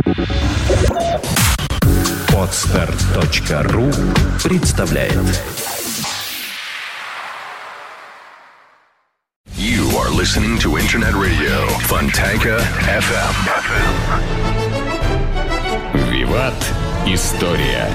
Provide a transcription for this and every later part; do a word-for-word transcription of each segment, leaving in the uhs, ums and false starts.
Подстер точка ру представляет. You are listening to Internet Radio Fontanka эф эм. Виват. История.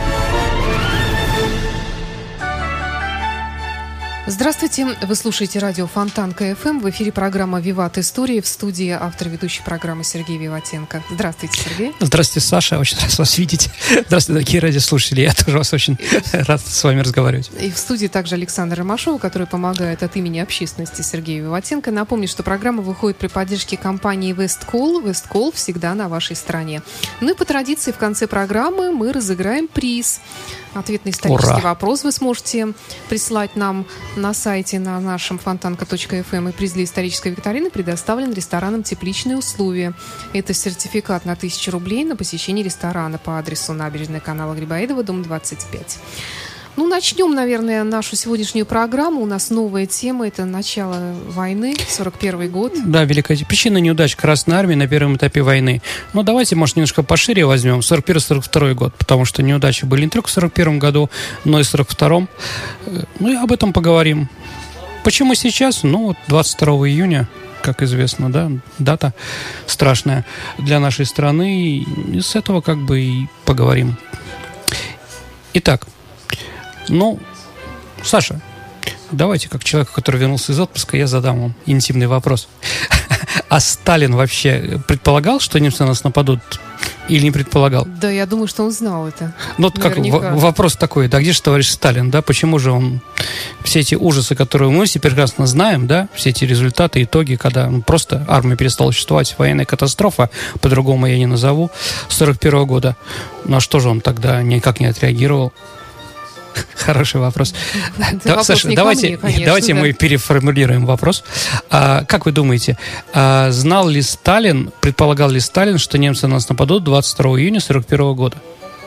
Здравствуйте, вы слушаете радио Фонтанка эф эм. В эфире программа «Виват. История». В студии автор ведущей программы Сергей Виватенко. Здравствуйте, Сергей. Здравствуйте, Саша. Очень рад вас видеть. Здравствуйте, дорогие радиослушатели. Я тоже вас очень рад с вами разговаривать. И в студии также Александр Ромашов, который помогает от имени общественности Сергею Виватенко. Напомню, что программа выходит при поддержке компании Весткол. Весткол всегда на вашей стороне. Ну и по традиции в конце программы мы разыграем приз. Ответ на исторический Ура. вопрос вы сможете прислать нам на сайте на нашем фонтанка точка эф эм. И приз для исторической викторины предоставлен рестораном «Тепличные условия». Это сертификат на тысячу рублей на посещение ресторана по адресу набережная канала Грибоедова, дом двадцать пять. Ну, начнем, наверное, нашу сегодняшнюю программу. У нас новая тема. Это начало войны, сорок первый год. Да, великая причина неудач Красной Армии на первом этапе войны. Ну, давайте, может, немножко пошире возьмем. сорок первый сорок второй год, потому что неудачи были не только в сорок первом году, но и в сорок втором. Ну, и об этом поговорим. Почему сейчас? Ну, двадцать второго июня, как известно, да, дата страшная для нашей страны. И с этого как бы и поговорим. Итак, ну, Саша, давайте, как человек, который вернулся из отпуска, я задам вам интимный вопрос. А Сталин вообще предполагал, что немцы на нас нападут, или не предполагал? Да, я думаю, что он знал это. Ну, вот как в- вопрос такой, да, где же товарищ Сталин, да, почему же он все эти ужасы, которые мы все прекрасно знаем, да, все эти результаты, итоги, когда ну, просто армия перестала существовать, военная катастрофа, по-другому я не назову, сорок первого года, ну, а что же он тогда никак не отреагировал? Хороший вопрос. Да, вопрос Саша, давайте, мне, конечно, давайте да. мы переформулируем вопрос. А, как вы думаете, а, знал ли Сталин, предполагал ли Сталин, что немцы на нас нападут двадцать второго июня сорок первого года?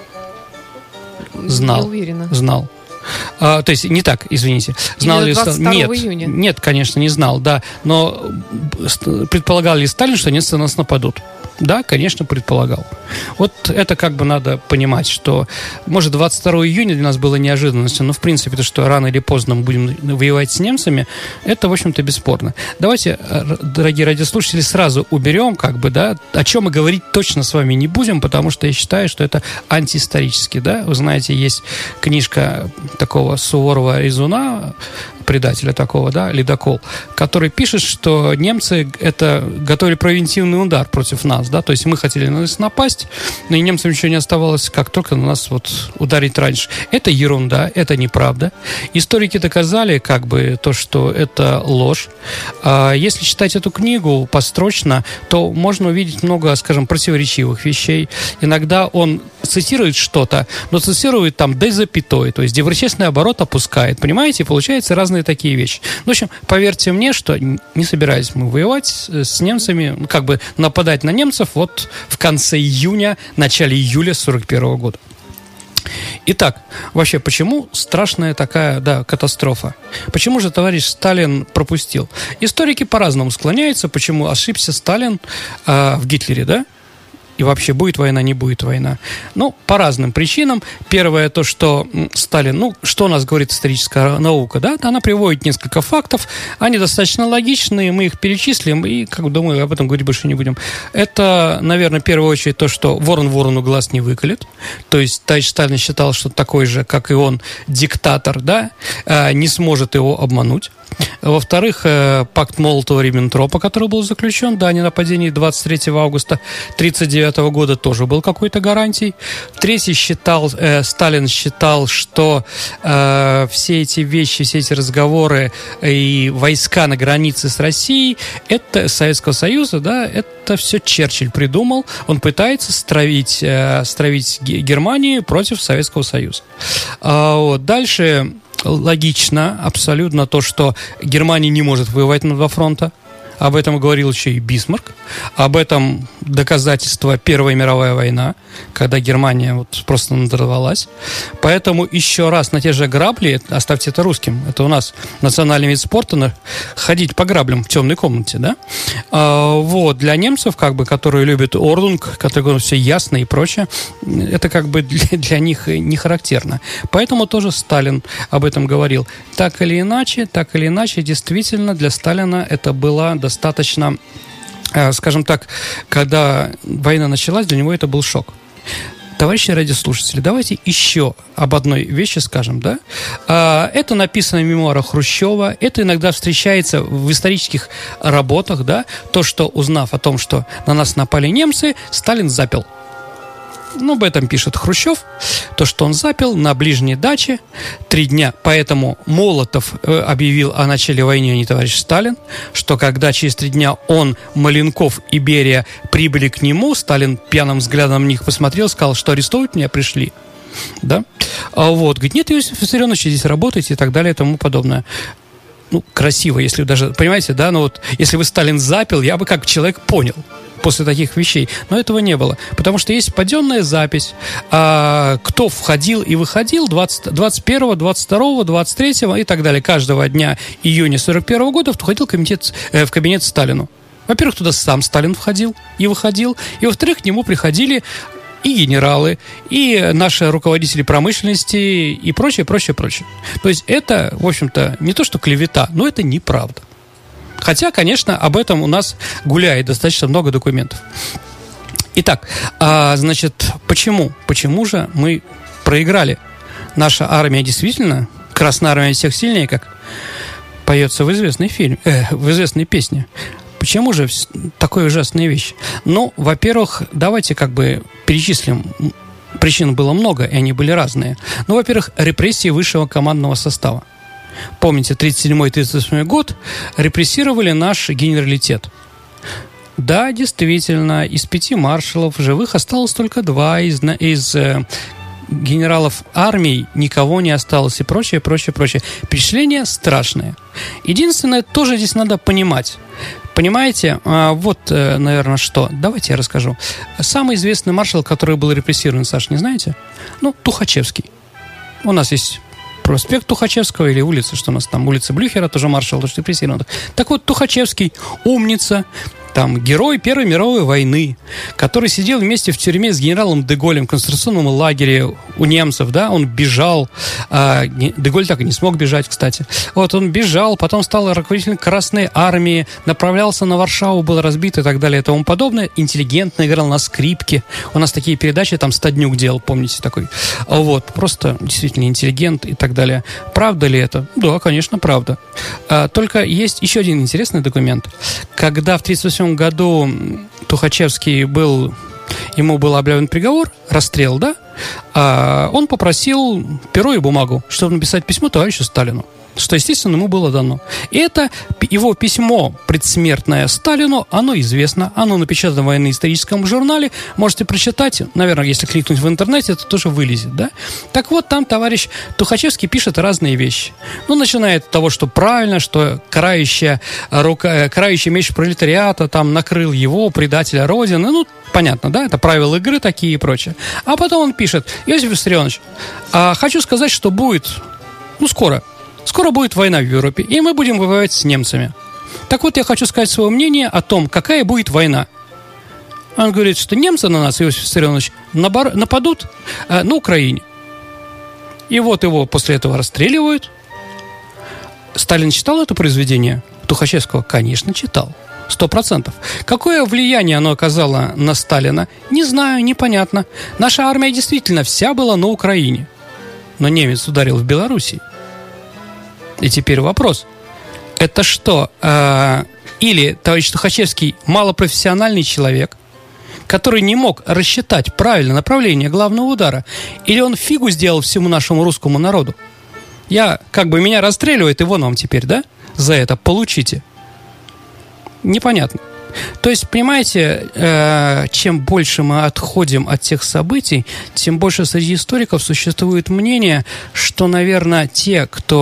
Знал. Не уверена. Знал. А, то есть не так, извините. Знал ли Сталин? Нет, июня. Нет, конечно, не знал, да. Но предполагал ли Сталин, что немцы на нас нападут? Да, конечно, предполагал. Вот это как бы надо понимать, что, может, двадцать второго июня для нас было неожиданностью, но, в принципе, то, что рано или поздно мы будем воевать с немцами, это, в общем-то, бесспорно. Давайте, дорогие радиослушатели, сразу уберем, как бы, да, о чем мы говорить точно с вами не будем, потому что я считаю, что это антиисторически, да. Вы знаете, есть книжка такого Суворова-Резуна, предателя такого, да, Ледокол, который пишет, что немцы это готовили превентивный удар против нас, да, то есть мы хотели на нас напасть, но и немцам ничего не оставалось, как только на нас вот ударить раньше. Это ерунда, это неправда. Историки доказали, как бы, то, что это ложь. А если читать эту книгу построчно, то можно увидеть много, скажем, противоречивых вещей. Иногда он цитирует что-то, но цитирует там до запятой, то есть доброчестный оборот опускает, понимаете, получается разные такие вещи. В общем, поверьте мне, что не собирались мы воевать с немцами, как бы нападать на немцев вот в конце июня, начале июля сорок первого года. Итак, вообще, почему страшная такая, да, катастрофа? Почему же товарищ Сталин пропустил? Историки по-разному склоняются, почему ошибся Сталин э, в Гитлере, да? И вообще, будет война, не будет война. Ну, по разным причинам. Первое, то, что Сталин, ну, что у нас говорит историческая наука, да? Она приводит несколько фактов, они достаточно логичные, мы их перечислим, и, как думаю, об этом говорить больше не будем. Это, наверное, в первую очередь то, что ворон ворону глаз не выколет. То есть, товарищ Сталин считал, что такой же, как и он, диктатор, да, не сможет его обмануть. Во-вторых, пакт Молотова-Риббентропа, который был заключен, да, о ненападении двадцать третьего августа тридцать девятого года, тоже был какой-то гарантией. В-третьих, считал, э, Сталин считал, что э, все эти вещи, все эти разговоры и войска на границе с Россией, это Советского Союза, да, это все Черчилль придумал. Он пытается стравить, э, стравить Германию против Советского Союза. А, вот, дальше... Логично абсолютно то, что Германия не может воевать на два фронта. об этом говорил еще и Бисмарк, об этом доказательство Первая мировая война, когда Германия вот просто надорвалась. Поэтому еще раз на те же грабли, оставьте это русским, это у нас национальный вид спорта, ходить по граблям в темной комнате, да? А, вот, для немцев, как бы, которые любят ордунг, которые говорят, все ясно и прочее, это как бы для, для них не характерно. Поэтому тоже Сталин об этом говорил. Так или иначе, так или иначе, действительно, для Сталина это было достаточно, скажем так, когда война началась, для него это был шок. Товарищи радиослушатели, давайте еще об одной вещи скажем, да? Это написано в мемуарах Хрущева, это иногда встречается в исторических работах, да? То, что, узнав о том, что на нас напали немцы, Сталин запил. Ну, об этом пишет Хрущев, то, что он запил на ближней даче три дня. Поэтому Молотов э, объявил о начале войны, а не товарищ Сталин, что когда через три дня он, Маленков и Берия прибыли к нему, Сталин пьяным взглядом на них посмотрел, сказал, что арестовывать меня пришли. Да? А вот, говорит, нет, Иосиф Виссарионович, здесь работаете и так далее и тому подобное. Ну, красиво, если даже, понимаете, да, ну вот, если бы Сталин запил, я бы как человек понял после таких вещей, но этого не было, потому что есть паденная запись, а, кто входил и выходил двадцать первого, двадцать второго, двадцать третьего и так далее, каждого дня июня сорок первого года входил в кабинет, э, в кабинет Сталину. Во-первых, туда сам Сталин входил и выходил, и во-вторых, к нему приходили и генералы, и наши руководители промышленности, и прочее, прочее, прочее. То есть это, в общем-то, не то что клевета, но это неправда. Хотя, конечно, об этом у нас гуляет достаточно много документов. Итак, а, значит, почему? Почему же мы проиграли? Наша армия действительно, Красная армия всех сильнее, как поется в известной фильме, э, в известной песне. Почему же такая ужасная вещь? Ну, во-первых, давайте как бы перечислим. Причин было много, и они были разные. Ну, во-первых, репрессии высшего командного состава. Помните, тридцать седьмой — тридцать восьмой год репрессировали наш генералитет. Да, действительно, из пяти маршалов живых осталось только два, из, из э, генералов армий никого не осталось и прочее, прочее, прочее. Впечатление страшное. Единственное, тоже здесь надо понимать. Понимаете, а, вот, э, наверное, что. Давайте я расскажу. Самый известный маршал, который был репрессирован, Саш, не знаете? Ну, Тухачевский. У нас есть проспект Тухачевского или улица, что у нас там, улица Блюхера, тоже маршал, тоже репрессированных. Так вот, Тухачевский, умница, там, герой Первой мировой войны, который сидел вместе в тюрьме с генералом де Голлем в концентрационном лагере у немцев, да, он бежал, а, де Голль так и не смог бежать, кстати. Вот, он бежал, потом стал руководителем Красной армии, направлялся на Варшаву, был разбит и так далее и тому подобное, интеллигентно играл на скрипке. У нас такие передачи, там, Стаднюк делал, помните, такой. Вот, просто действительно интеллигент и так далее. Правда ли это? Да, конечно, правда. А, только есть еще один интересный документ. Когда в тридцать восьмом году Тухачевский был, ему был объявлен приговор, расстрел, да, а он попросил перо и бумагу, чтобы написать письмо товарищу Сталину, что, естественно, ему было дано. И это его письмо предсмертное Сталину, оно известно, оно напечатано в военно-историческом журнале, можете прочитать, наверное, если кликнуть в интернете, это тоже вылезет, да? Так вот, там товарищ Тухачевский пишет разные вещи. Ну, начиная от того, что правильно, что карающая рука, карающий меч пролетариата там накрыл его, предателя Родины, ну, понятно, да, это правила игры такие и прочее. А потом он пишет: Иосиф Виссарионович, а хочу сказать, что будет, ну, скоро, Скоро будет война в Европе, и мы будем воевать с немцами. Так вот, я хочу сказать свое мнение о том, какая будет война. Он говорит, что немцы на нас, Иосиф Виссарионович, нападут э, на Украине. И вот его после этого расстреливают. Сталин читал это произведение Тухачевского? Конечно, читал. Сто процентов. Какое влияние оно оказало на Сталина? Не знаю, непонятно. Наша армия действительно вся была на Украине. Но немец ударил в Белоруссии. И теперь вопрос. Это что? Э, или товарищ Тухачевский малопрофессиональный человек, который не мог рассчитать правильно направление главного удара? Или он фигу сделал всему нашему русскому народу? Я, как бы, меня расстреливают, и вон вам теперь, да? За это получите. Непонятно. То есть, понимаете, э, чем больше мы отходим от тех событий, тем больше среди историков существует мнение, что, наверное, те, кто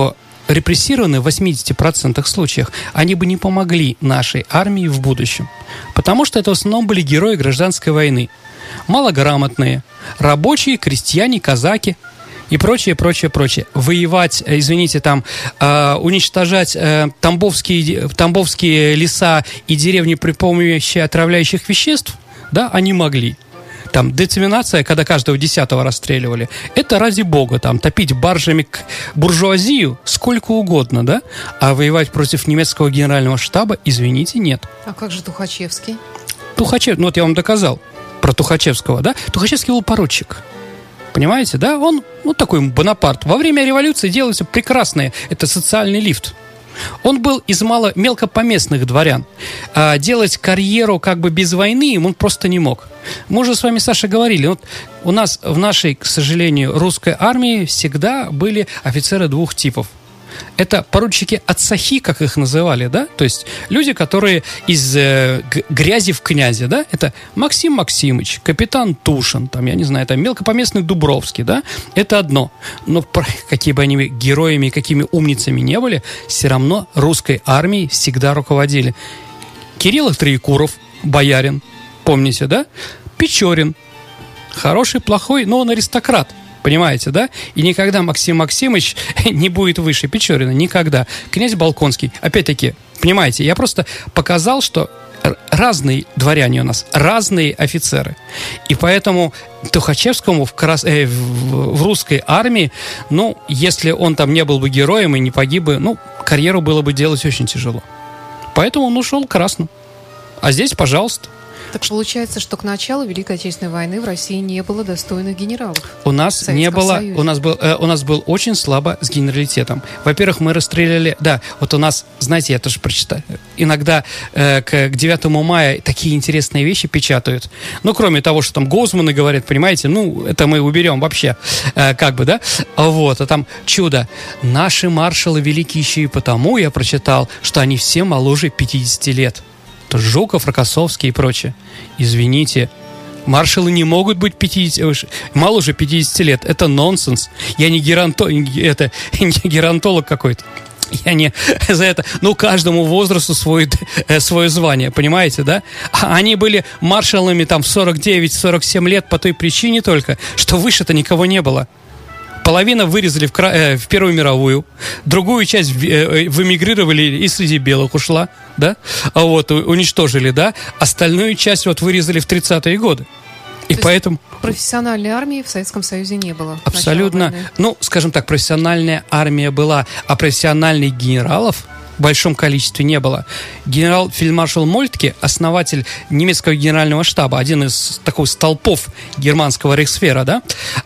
репрессированы в восьмидесяти процентах случаев, они бы не помогли нашей армии в будущем. Потому что это в основном были герои гражданской войны. Малограмотные, рабочие, крестьяне, казаки и прочее, прочее, прочее. Воевать, извините, там, э, уничтожать э, тамбовские, тамбовские леса и деревни при помощи отравляющих веществ, да, они могли. Там дециминация, когда каждого десятого расстреливали, это ради бога, там, топить баржами буржуазию сколько угодно, да, а воевать против немецкого генерального штаба, извините, нет. А как же Тухачевский? Тухачевский, ну вот я вам доказал про Тухачевского, да, Тухачевский был поручик. Понимаете, да? Он, ну, такой Бонапарт. Во время революции делаются прекрасные. Это социальный лифт. Он был из мало мелкопоместных дворян. А делать карьеру как бы без войны он просто не мог. Мы уже с вами, Саша, говорили. Вот у нас в нашей, к сожалению, русской армии всегда были офицеры двух типов. Это поручики отсахи, как их называли, да? То есть люди, которые из э, грязи в князи, да? Это Максим Максимыч, капитан Тушин, там, я не знаю, там, мелкопоместный Дубровский, да? Это одно. Но какие бы они героями, какими умницами не были, все равно русской армией всегда руководили. Кирилл Троекуров, боярин, помните, да? Печорин, хороший, плохой, но он аристократ. Понимаете, да? И никогда Максим Максимыч не будет выше Печорина. Никогда. Князь Балконский. Опять-таки, понимаете, я просто показал, что разные дворяне у нас, разные офицеры. И поэтому Тухачевскому в, крас... э, в, в русской армии, ну, если он там не был бы героем и не погиб бы, ну, карьеру было бы делать очень тяжело. Поэтому он ушел красным. А здесь, пожалуйста. Так получается, что к началу Великой Отечественной войны в России не было достойных генералов. У нас не было, у нас был, э, у нас был очень слабо с генералитетом. Во-первых, мы расстреляли, да, вот у нас, знаете, я тоже прочитаю, иногда э, к, к девятому мая такие интересные вещи печатают. Ну, кроме того, что там Гоузманы говорят, понимаете, ну, это мы уберем вообще, э, как бы, да, вот, а там чудо. Наши маршалы великие еще и потому, я прочитал, что они все моложе пятидесяти лет. То Жуков, Рокоссовский и прочее. Извините, маршалы не могут быть пятидесяти, моложе пятидесяти лет. Это нонсенс. Я не, геронто, это, не геронтолог какой-то. Я не за это. Ну, каждому возрасту свое, свое звание, понимаете, да? А они были маршалами там в сорок девять сорок семь лет по той причине только, что выше-то никого не было. Половина вырезали в, кра... э, в Первую мировую, другую часть в... э, вымигрировали и среди белых ушла, да, а вот уничтожили, да, остальную часть вот вырезали в тридцатые годы. И То поэтому... профессиональной армии в Советском Союзе не было. Абсолютно. Ну, скажем так, профессиональная армия была, а профессиональных генералов в большом количестве не было. Генерал-фельдмаршал Мольтке, основатель немецкого генерального штаба, один из таких столпов германского рейхсвера, да,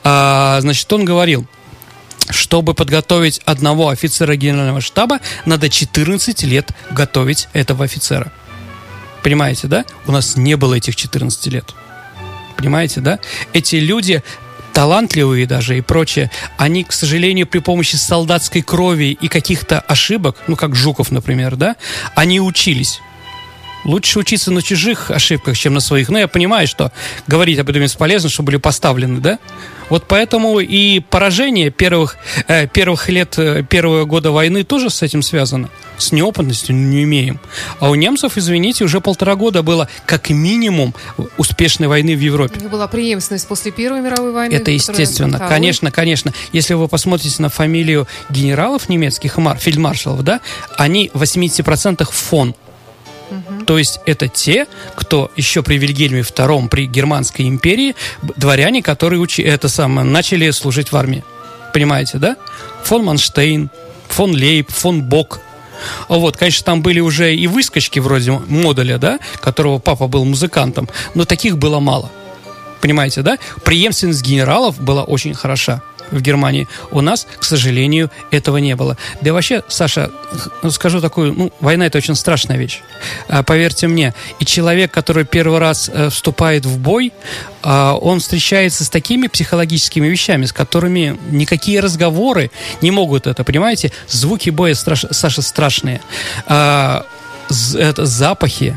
а, значит, он говорил, чтобы подготовить одного офицера генерального штаба, надо четырнадцать лет готовить этого офицера. Понимаете, да? У нас не было этих четырнадцати лет. Понимаете, да? Эти люди... талантливые даже и прочее, они, к сожалению, при помощи солдатской крови и каких-то ошибок, ну, как Жуков, например, да, они учились. Лучше учиться на чужих ошибках, чем на своих. Но я понимаю, что говорить об этом бесполезно, что были поставлены, да? Вот поэтому и поражение первых, э, первых лет э, первого года войны тоже с этим связано. С неопытностью не имеем. А у немцев, извините, уже полтора года было как минимум успешной войны в Европе. У них была преемственность после Первой мировой войны. Это естественно, второй. конечно, конечно. Если вы посмотрите на фамилию генералов немецких, фельдмаршалов, да, они восемьдесят процентов фон. Угу. То есть это те, кто еще при Вильгельме втором, при Германской империи, дворяне, которые учи, это самое, начали служить в армии. Понимаете, да? Фон Манштейн, фон Лейб, фон Бок. Вот, конечно, там были уже и выскочки вроде Моделя, да, которого папа был музыкантом, но таких было мало. Понимаете, да? Преемственность генералов была очень хороша в Германии. У нас, к сожалению, этого не было. Да и вообще, Саша, скажу такую, ну, война — это очень страшная вещь. А, поверьте мне. И человек, который первый раз а, вступает в бой, а, он встречается с такими психологическими вещами, с которыми никакие разговоры не могут это, понимаете? Звуки боя, страш... Саша, страшные. А, это запахи.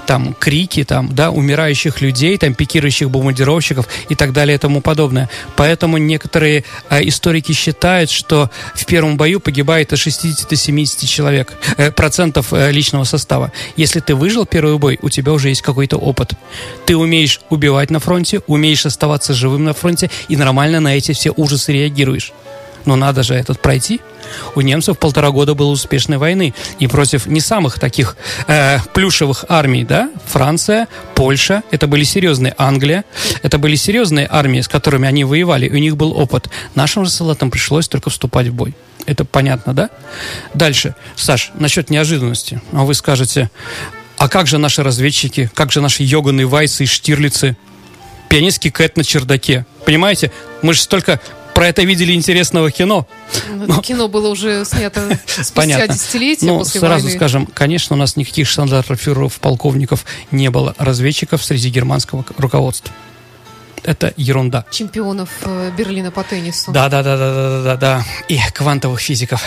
там крики, там, да, умирающих людей, там, пикирующих бомбардировщиков и так далее и тому подобное. Поэтому некоторые э, историки считают, что в первом бою погибает от шестидесяти до семидесяти человек, э, процентов э, личного состава. Если ты выжил первый бой, у тебя уже есть какой-то опыт. Ты умеешь убивать на фронте, умеешь оставаться живым на фронте и нормально на эти все ужасы реагируешь. Но надо же этот пройти. У немцев полтора года было успешной войны. И против не самых таких э, плюшевых армий, да, Франция, Польша, это были серьезные, Англия, это были серьезные армии, с которыми они воевали, у них был опыт. Нашим же солдатам пришлось только вступать в бой. Это понятно, да? Дальше. Саш, насчет неожиданности. А вы скажете, а как же наши разведчики, как же наши Йоганы, Вайсы и Штирлицы? Пианистский Кэт на чердаке. Понимаете? Мы же столько... Про это видели интересного кино. Но... Кино было уже снято спустя понятно. Десятилетия ну, после сразу войны. Скажем, конечно, у нас никаких штандартенфюреров, полковников не было. Разведчиков среди германского руководства. Это ерунда. Чемпионов э, Берлина по теннису. Да, да, да, да, да, да, да. И квантовых физиков.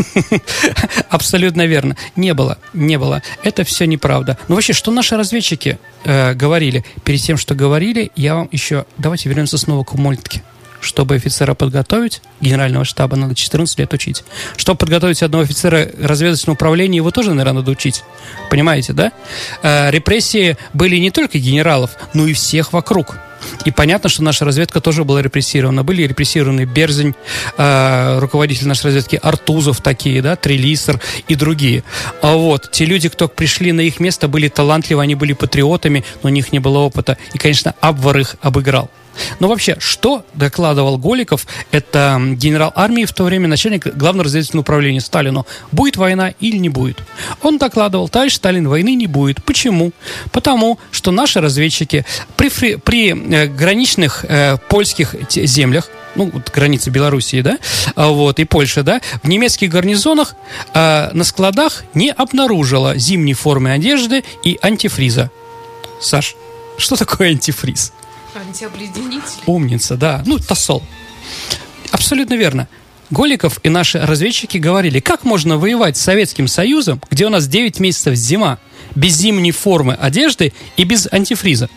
Абсолютно верно. Не было, не было. Это все неправда. Но вообще, что наши разведчики э, говорили? Перед тем, что говорили, я вам еще... Давайте вернемся снова к Мольтке. Чтобы офицера подготовить, генерального штаба надо четырнадцать лет учить. Чтобы подготовить одного офицера разведывательного управления, его тоже, наверное, надо учить. Понимаете, да? Э, репрессии были не только генералов, но и всех вокруг. И понятно, что наша разведка тоже была репрессирована. Были репрессированы Берзень, э, руководитель нашей разведки, Артузов такие, да, Трелиссер и другие. А вот те люди, кто пришли на их место, были талантливы, они были патриотами, но у них не было опыта. И, конечно, Абвар их обыграл. Но вообще, что докладывал Голиков, это генерал армии в то время, начальник главного разведывательного управления Сталину. Будет война или не будет? Он докладывал, товарищ Сталин, войны не будет. Почему? Потому что наши разведчики при, при э, граничных э, польских землях, ну, вот границы Белоруссии, да, вот, и Польши, да, в немецких гарнизонах э, на складах не обнаружила зимней формы одежды и антифриза. Саш, что такое антифриз? Антиобледенитель. Умница, да. Ну, тосол. Абсолютно верно. Голиков и наши разведчики говорили, как можно воевать с Советским Союзом, где у нас девять месяцев зима, без зимней формы одежды и без антифриза.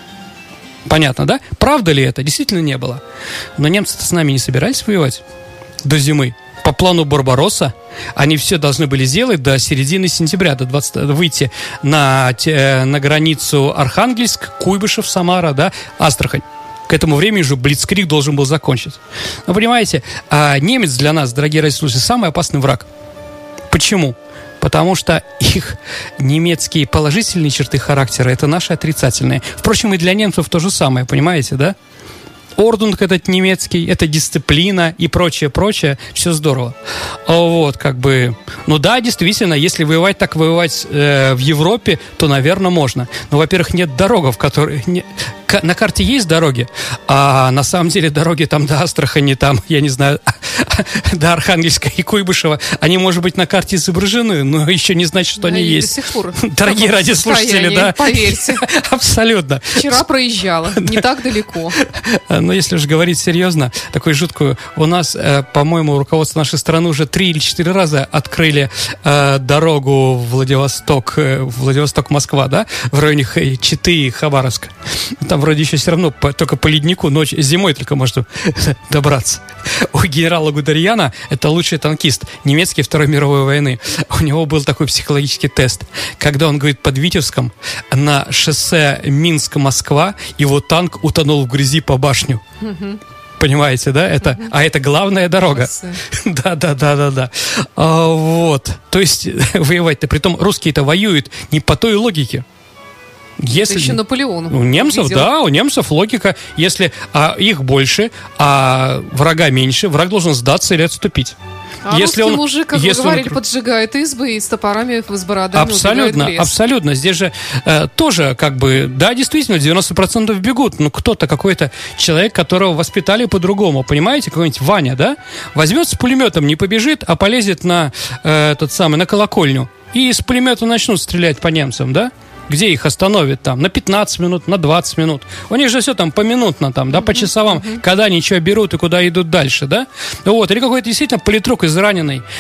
Понятно, да? Правда ли это? Действительно не было. Но немцы-то с нами не собирались воевать до зимы. По плану Барбаросса они все должны были сделать до середины сентября, до двадцатого, выйти на, на границу Архангельск, Куйбышев, Самара, да, Астрахань. К этому времени уже блицкриг должен был закончиться. Но понимаете, а немец для нас, дорогие радиослушатели, самый опасный враг. Почему? Потому что их немецкие положительные черты характера – это наши отрицательные. Впрочем, и для немцев то же самое, понимаете, да? Ордунг этот немецкий, это дисциплина и прочее, прочее, все здорово. Вот, как бы, ну да, действительно, если воевать так, воевать э, в Европе, то, наверное, можно. Но, во-первых, нет дорог, в которой... Не, к, на карте есть дороги, а на самом деле дороги там до Астрахани, там, я не знаю, до Архангельска и Куйбышева, они, может быть, на карте изображены, но еще не значит, что да, они есть. До сих пор. Дорогие радиослушатели, да. Поверьте. Абсолютно. Вчера проезжала, не так далеко. Но если уж говорить серьезно, такую жуткую, у нас, э, по-моему, руководство нашей страны уже три или четыре раза открыли э, дорогу в Владивосток, э, Владивосток-Москва, да, в районе Читы и Хабаровска. Там вроде еще все равно по, только по леднику, ночь, зимой только можно добраться. У генерала Гудериана, это лучший танкист немецкий Второй мировой войны, у него был такой психологический тест, когда он говорит под Витебском на шоссе Минск-Москва, его танк утонул в грязи по башню. Угу. Понимаете, да? Это, угу. А это главная дорога. Да, да, да, да, да. А, вот. То есть воевать-то, притом русские-то воюют не по той логике. Если... Это еще Наполеон. У немцев, видел. Да, у немцев логика, если а, их больше, а врага меньше, враг должен сдаться или отступить. А если русский он, мужик, как если вы говорили, он... поджигает избы и с топорами с бородами абсолютно, убегает в лес. Абсолютно. Здесь же э, тоже как бы, да, действительно, девяносто процентов бегут. Ну, кто-то, какой-то человек, которого воспитали по-другому, понимаете? Какой-нибудь Ваня, да? Возьмет с пулеметом, не побежит, а полезет на, э, тот самый, на колокольню. И с пулемета начнут стрелять по немцам, да? Где их остановят там? На пятнадцать минут, на двадцать минут. У них же все там поминутно, там, да, по часовам, uh-huh. когда они что берут и куда идут дальше, да? Вот. Или какой-то действительно политрук израненный.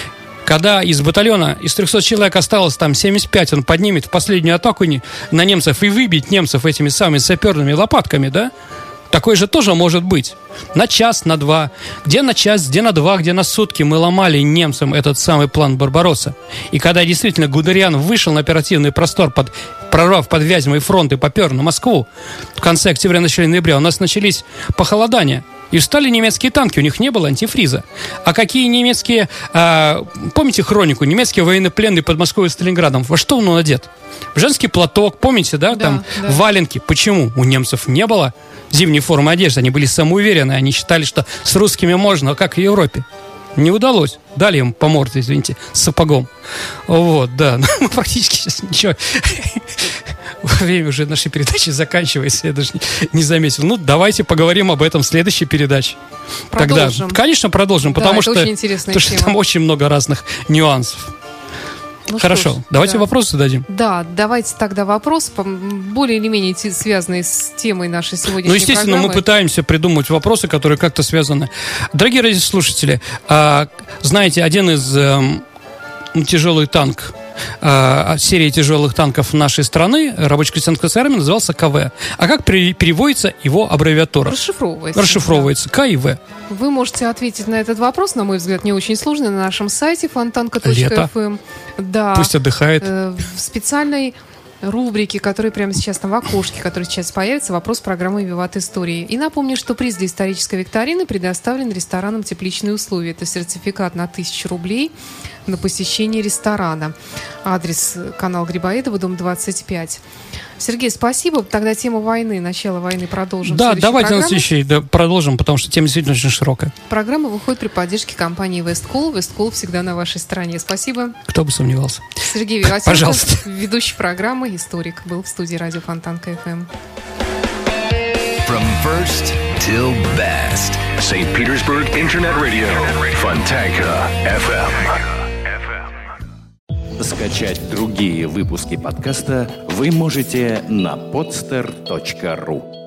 Когда из батальона, из трехсот человек осталось там семьдесят пять, он поднимет в последнюю атаку на немцев и выбить немцев этими самыми саперными лопатками, да? Такое же тоже может быть. На час, на два. Где на час, где на два, где на сутки мы ломали немцам этот самый план Барбаросса. И когда действительно Гудериан вышел на оперативный простор, под, прорвав под Вязьмой фронт и попер на Москву в конце октября, начале ноября, у нас начались похолодания. И встали немецкие танки, у них не было антифриза. А какие немецкие... А, помните хронику? Немецкие военнопленные под Москвой и Сталинградом. Во что он одет? В женский платок, помните, да? Да, там да. валенки. Почему? У немцев не было зимней формы одежды. Они были самоуверены. Они считали, что с русскими можно, а как в Европе. Не удалось. Дали им по морде, извините, с сапогом. Вот, да. Ну, мы практически сейчас ничего... Время уже нашей передачи заканчивается, я даже не, не заметил. Ну, давайте поговорим об этом в следующей передаче. Продолжим. Тогда, конечно, продолжим, Да, потому, это что, очень интересная потому что тема. там очень много разных нюансов. Ну Хорошо, что ж, давайте да. вопросы зададим. Да, давайте тогда вопрос, по- более или менее те- связанный с темой нашей сегодняшней Ну, естественно, программы. мы пытаемся придумать вопросы, которые как-то связаны. Дорогие радиослушатели, а, знаете, один из эм, тяжелый танк, а, серии тяжелых танков нашей страны, рабоче-крестьянской армии, назывался ка вэ. А как при- переводится его аббревиатура? Расшифровывается. Расшифровывается ка и вэ. Да. Вы можете ответить на этот вопрос, на мой взгляд, не очень сложный, на нашем сайте фонтанка точка Лето. эф эм. Да. Пусть отдыхает. Э, В специальной рубрике, которая прямо сейчас там в окошке, который сейчас появится, вопрос программы «Виват Истории». И напомню, что приз для исторической викторины предоставлен рестораном «Тепличные условия». Это сертификат на тысячу рублей на посещение ресторана. Адрес: канал Грибоедова, дом двадцать пять. Сергей, спасибо. Тогда тему войны, начало войны продолжим. в Да, следующей давайте на программе. следующий да, продолжим, потому что тема действительно очень широкая. Программа выходит при поддержке компании Westcall. Westcall всегда на вашей стороне. Спасибо. Кто бы сомневался. Сергей Виватенко, Пожалуйста. ведущий программы, историк, был в студии радио Фонтанка эф эм. From first till best. Saint Petersburg Internet Radio. Fontanka эф эм. Скачать другие выпуски подкаста вы можете на podster точка ру.